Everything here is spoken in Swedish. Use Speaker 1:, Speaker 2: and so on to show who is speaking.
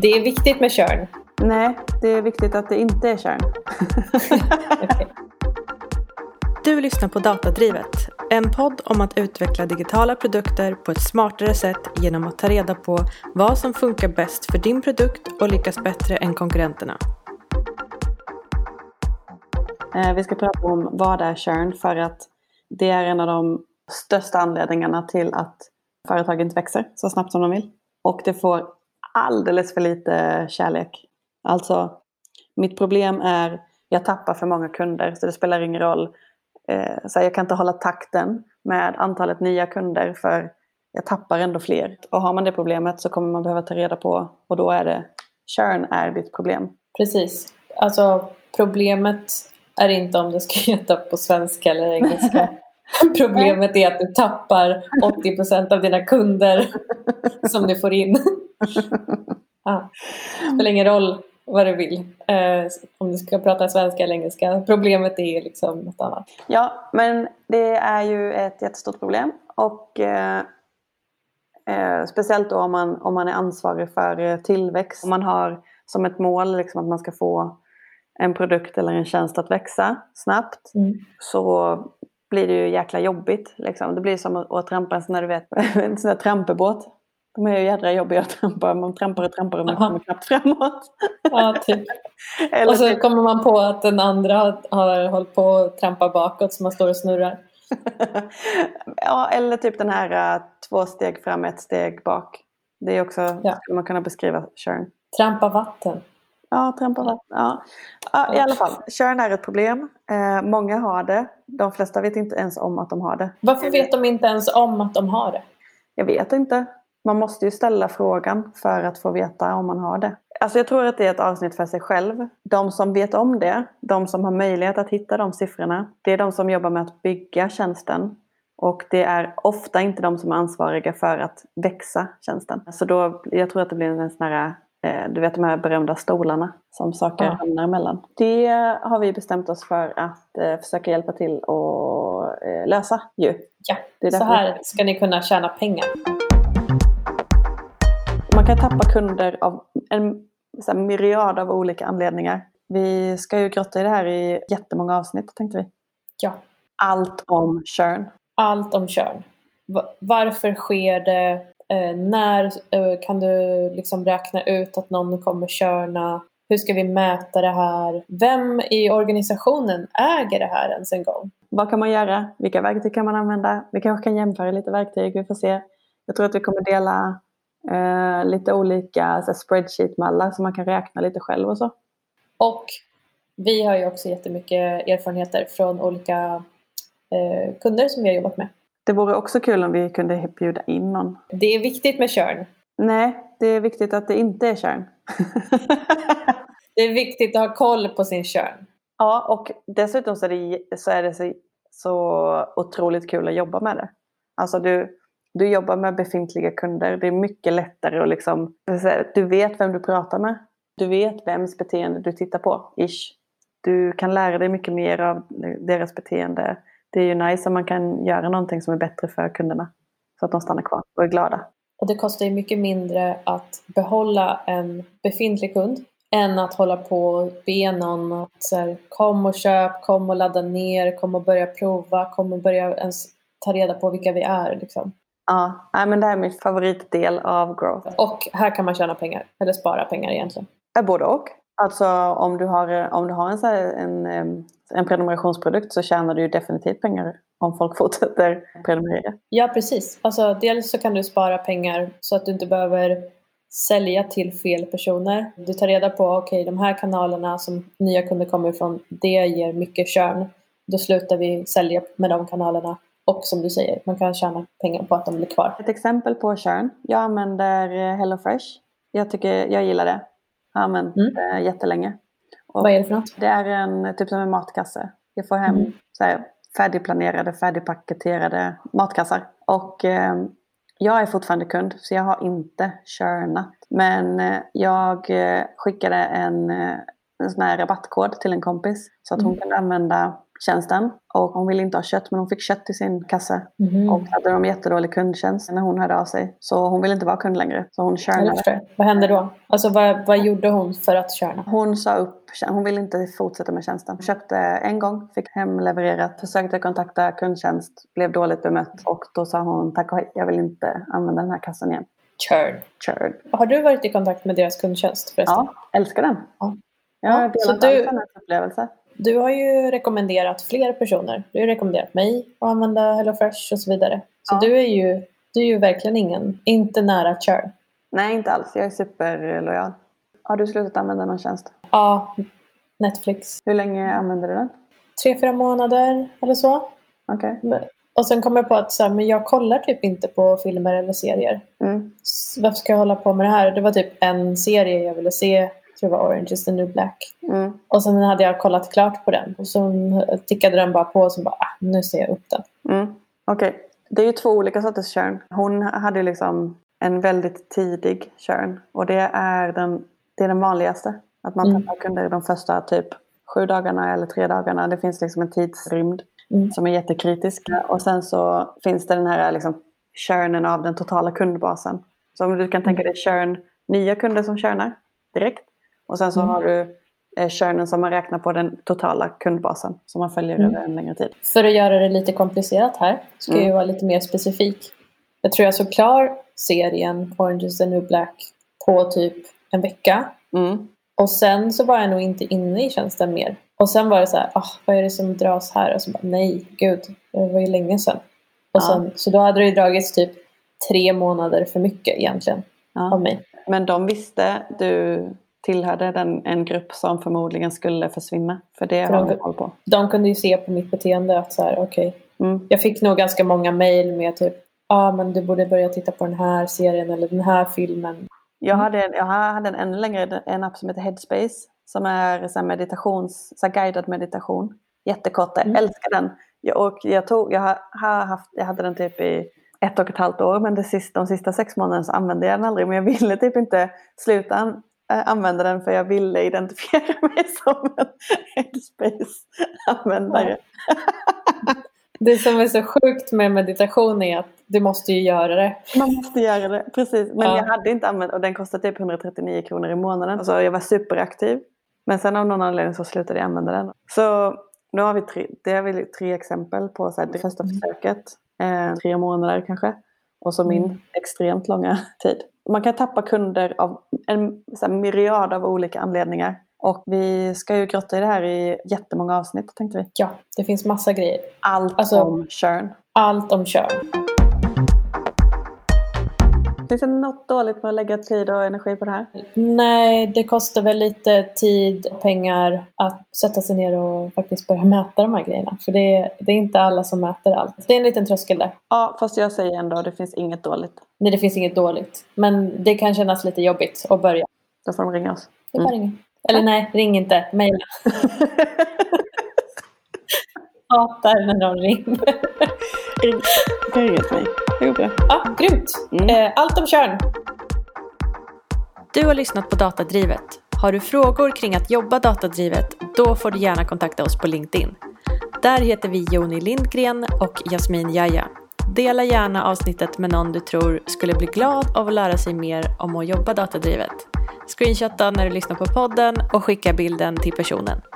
Speaker 1: Det är viktigt med churn.
Speaker 2: Nej, det är viktigt att det inte är churn.
Speaker 1: Okay.
Speaker 3: Du lyssnar på Datadrivet, en podd om att utveckla digitala produkter på ett smartare sätt genom att ta reda på vad som funkar bäst för din produkt och lyckas bättre än konkurrenterna.
Speaker 2: Vi ska prata om vad är churn, för att det är en av de största anledningarna till att företag inte växer så snabbt som de vill. Och det får alldeles för lite kärlek. Alltså, mitt problem är jag tappar för många kunder, så det spelar ingen roll. Så jag kan inte hålla takten med antalet nya kunder, för jag tappar ändå fler. Och har man det problemet så kommer man behöva ta reda på, och då är det churn är ditt problem.
Speaker 1: Precis. Alltså problemet är inte om det ska heta på svenska eller engelska. Problemet är att du tappar 80% av dina kunder som du får in. Det spelar ingen roll vad du vill. Om du ska prata svenska eller engelska. Problemet är liksom något annat.
Speaker 2: Ja, men det är ju ett jättestort problem. Och speciellt då om man är ansvarig för tillväxt. Om man har som ett mål liksom att man ska få en produkt eller en tjänst att växa snabbt. Så blir det ju jäkla jobbigt. Liksom. Det blir som att trampa en sån där trampebåt. De är ju jädra jobbiga att trampa. Man trampar och man kommer knappt framåt.
Speaker 1: Ja, typ.
Speaker 2: Eller
Speaker 1: och så
Speaker 2: typ.
Speaker 1: kommer man på att den andra har hållit på att trampa bakåt, så man står och snurrar.
Speaker 2: Ja, eller typ den här 2 steg fram, 1 steg bak. Det är också, skulle man kunna beskriva churn.
Speaker 1: Trampa vatten.
Speaker 2: Ja, trampa vatten. Ja, i alla fall. Churn är ett problem. Många har det. De flesta vet inte ens om att de har det.
Speaker 1: Varför vet de inte ens om att de har det?
Speaker 2: Jag vet inte. Man måste ju ställa frågan för att få veta om man har det. Alltså jag tror att det är ett avsnitt för sig själv. De som vet om det, de som har möjlighet att hitta de siffrorna, det är de som jobbar med att bygga tjänsten. Och det är ofta inte de som är ansvariga för att växa tjänsten. Så då, jag tror att det blir en sån här, du vet de här berömda stolarna som saker hamnar emellan. Det har vi bestämt oss för att försöka hjälpa till och lösa ju.
Speaker 1: Ja,
Speaker 2: det är
Speaker 1: så här ska ni kunna tjäna pengar.
Speaker 2: Man kan tappa kunder av en myriad av olika anledningar. Vi ska ju grotta i det här i jättemånga avsnitt, tänkte vi.
Speaker 1: Ja.
Speaker 2: Allt om churn.
Speaker 1: Allt om churn. Varför sker det? När kan du liksom räkna ut att någon kommer churna? Hur ska vi mäta det här? Vem i organisationen äger det här ens en gång?
Speaker 2: Vad kan man göra? Vilka verktyg kan man använda? Vi kanske kan jämföra lite verktyg, vi får se. Jag tror att vi kommer dela lite olika spreadsheet-mallar som man kan räkna lite själv och så.
Speaker 1: Och vi har ju också jättemycket erfarenheter från olika kunder som vi har jobbat med.
Speaker 2: Det vore också kul om vi kunde bjuda in någon.
Speaker 1: Det är viktigt med churn.
Speaker 2: Nej, det är viktigt att det inte är churn.
Speaker 1: Det är viktigt att ha koll på sin churn.
Speaker 2: Ja, och dessutom så är det så otroligt kul att jobba med det. Alltså du jobbar med befintliga kunder. Det är mycket lättare att liksom, du vet vem du pratar med. Du vet vems beteende du tittar på. Du kan lära dig mycket mer av deras beteende. Det är ju nice om man kan göra någonting som är bättre för kunderna. Så att de stannar kvar och är glada.
Speaker 1: Och det kostar ju mycket mindre att behålla en befintlig kund än att hålla på och be någon att så här, kom och köp, kom och ladda ner, kom och börja prova, kom och börja ens ta reda på vilka vi är liksom.
Speaker 2: Ja, men det här är min favoritdel av growth.
Speaker 1: Och här kan man tjäna pengar, eller spara pengar egentligen.
Speaker 2: Både och. Alltså om du har en prenumerationsprodukt så tjänar du ju definitivt pengar om folk fortsätter prenumerera.
Speaker 1: Ja, precis. Alltså dels så kan du spara pengar så att du inte behöver sälja till fel personer. Du tar reda på, okej, de här kanalerna som nya kunder kommer ifrån, det ger mycket churn. Då slutar vi sälja med de kanalerna. Och som du säger, man kan tjäna pengar på att de blir kvar.
Speaker 2: Ett exempel på churn. Jag använder HelloFresh. Jag gillar det. Jag har använt det jättelänge. Och
Speaker 1: vad är det för något?
Speaker 2: Det är en typ som en matkasse. Jag får hem så här, färdigplanerade, färdigpaketerade matkassar. Och jag är fortfarande kund, så jag har inte churnat. Men jag skickade en sån här rabattkod till en kompis. Så att hon kan använda kundtjänsten. Och hon ville inte ha kött, men hon fick kött i sin kasse. Och hade de jättedålig kundtjänst när hon hörde av sig. Så hon ville inte vara kund längre. Så hon churnade.
Speaker 1: Vad hände då? Alltså vad gjorde hon för att churna?
Speaker 2: Hon sa upp. Hon ville inte fortsätta med tjänsten. Köpte en gång, fick hemlevererat, försökte kontakta kundtjänst, blev dåligt bemött. Och då sa hon, tack och hej, jag vill inte använda den här kassan igen.
Speaker 1: Churn. Har du varit i kontakt med deras kundtjänst förresten?
Speaker 2: Ja, älskar den. Jag har delat all upplevelse.
Speaker 1: Du har ju rekommenderat fler personer. Du har rekommenderat mig att använda HelloFresh och så vidare. Så du är ju verkligen inte nära churn.
Speaker 2: Nej, inte alls. Jag är superlojal. Har du slutat använda någon tjänst?
Speaker 1: Ja, Netflix.
Speaker 2: Hur länge använder du den?
Speaker 1: 3-4 månader eller så.
Speaker 2: Okej.
Speaker 1: Och sen kom jag på att men jag kollar typ inte på filmer eller serier. Varför ska jag hålla på med det här? Det var typ en serie jag ville se. Jag tror det var Orange is the New Black. Och sen hade jag kollat klart på den. Och så tickade den bara på och så bara, nu ser jag upp den.
Speaker 2: Okej. Det är ju 2 olika sorters churn. Hon hade liksom en väldigt tidig churn. Och det är den vanligaste. Att man tappar kunder de första typ 7 dagarna eller 3 dagarna. Det finns liksom en tidsrymd som är jättekritisk. Och sen så finns det den här liksom churnen av den totala kundbasen. Så om du kan tänka dig churn, nya kunder som churnar direkt. Och sen så har du churnen som man räknar på den totala kundbasen. Som man följer över en längre tid.
Speaker 1: För att göra det lite komplicerat här ska jag vara lite mer specifik. Jag tror jag såg klar serien Orange is the New Black på typ en vecka. Och sen så var jag nog inte inne i tjänsten mer. Och sen var det så här, vad är det som dras här? Och så bara, nej, gud, det var ju länge sedan. Och sen, så då hade det ju dragits typ 3 månader för mycket egentligen av mig.
Speaker 2: Men de visste, du tillhörde en grupp som förmodligen skulle försvinna. För det har de hållit på.
Speaker 1: De kunde ju se på mitt beteende att så här, okej. Jag fick nog ganska många mejl med typ, men du borde börja titta på den här serien eller den här filmen.
Speaker 2: Jag hade en ännu längre, en app som heter Headspace. Som är så guidad meditation. Jättekort, jag älskar den. Jag hade den typ i 1,5 år. Men de sista 6 månaderna så använde jag den aldrig. Men jag ville typ inte sluta använda den. För jag ville identifiera mig som en Headspace-användare.
Speaker 1: Det som är så sjukt med meditation är att du måste ju göra det.
Speaker 2: Man måste göra det, precis. Men jag hade inte använt, och den kostade typ 139 kronor i månaden. Alltså jag var superaktiv. Men sen av någon anledning så slutade jag använda den. Så nu har vi 3 exempel på så här, det första försöket. 3 månader kanske. Och så min extremt långa tid. Man kan tappa kunder av en så här, myriad av olika anledningar. Och vi ska ju grotta i det här i jättemånga avsnitt, tänkte vi.
Speaker 1: Ja, det finns massa grejer.
Speaker 2: Allt om churn.
Speaker 1: Allt om churn.
Speaker 2: Finns det något dåligt med att lägga tid och energi på det här?
Speaker 1: Nej, det kostar väl lite tid och pengar att sätta sig ner och faktiskt börja mäta de här grejerna. För det är inte alla som mäter allt. Det är en liten tröskel där.
Speaker 2: Ja, fast jag säger ändå det finns inget dåligt.
Speaker 1: Nej, det finns inget dåligt. Men det kan kännas lite jobbigt att börja.
Speaker 2: Då får de ringa oss.
Speaker 1: Det är bara ringa. Eller nej, ring inte. Mejla. Hatar när de ringer.
Speaker 2: Ring till mig. Det går bra.
Speaker 1: Ja, grymt. Allt om churn.
Speaker 3: Du har lyssnat på Datadrivet. Har du frågor kring att jobba datadrivet, då får du gärna kontakta oss på LinkedIn. Där heter vi Joni Lindgren och Jasmin Jaja. Dela gärna avsnittet med någon du tror skulle bli glad av att lära sig mer om att jobba datadrivet. Screenshotta när du lyssnar på podden och skicka bilden till personen.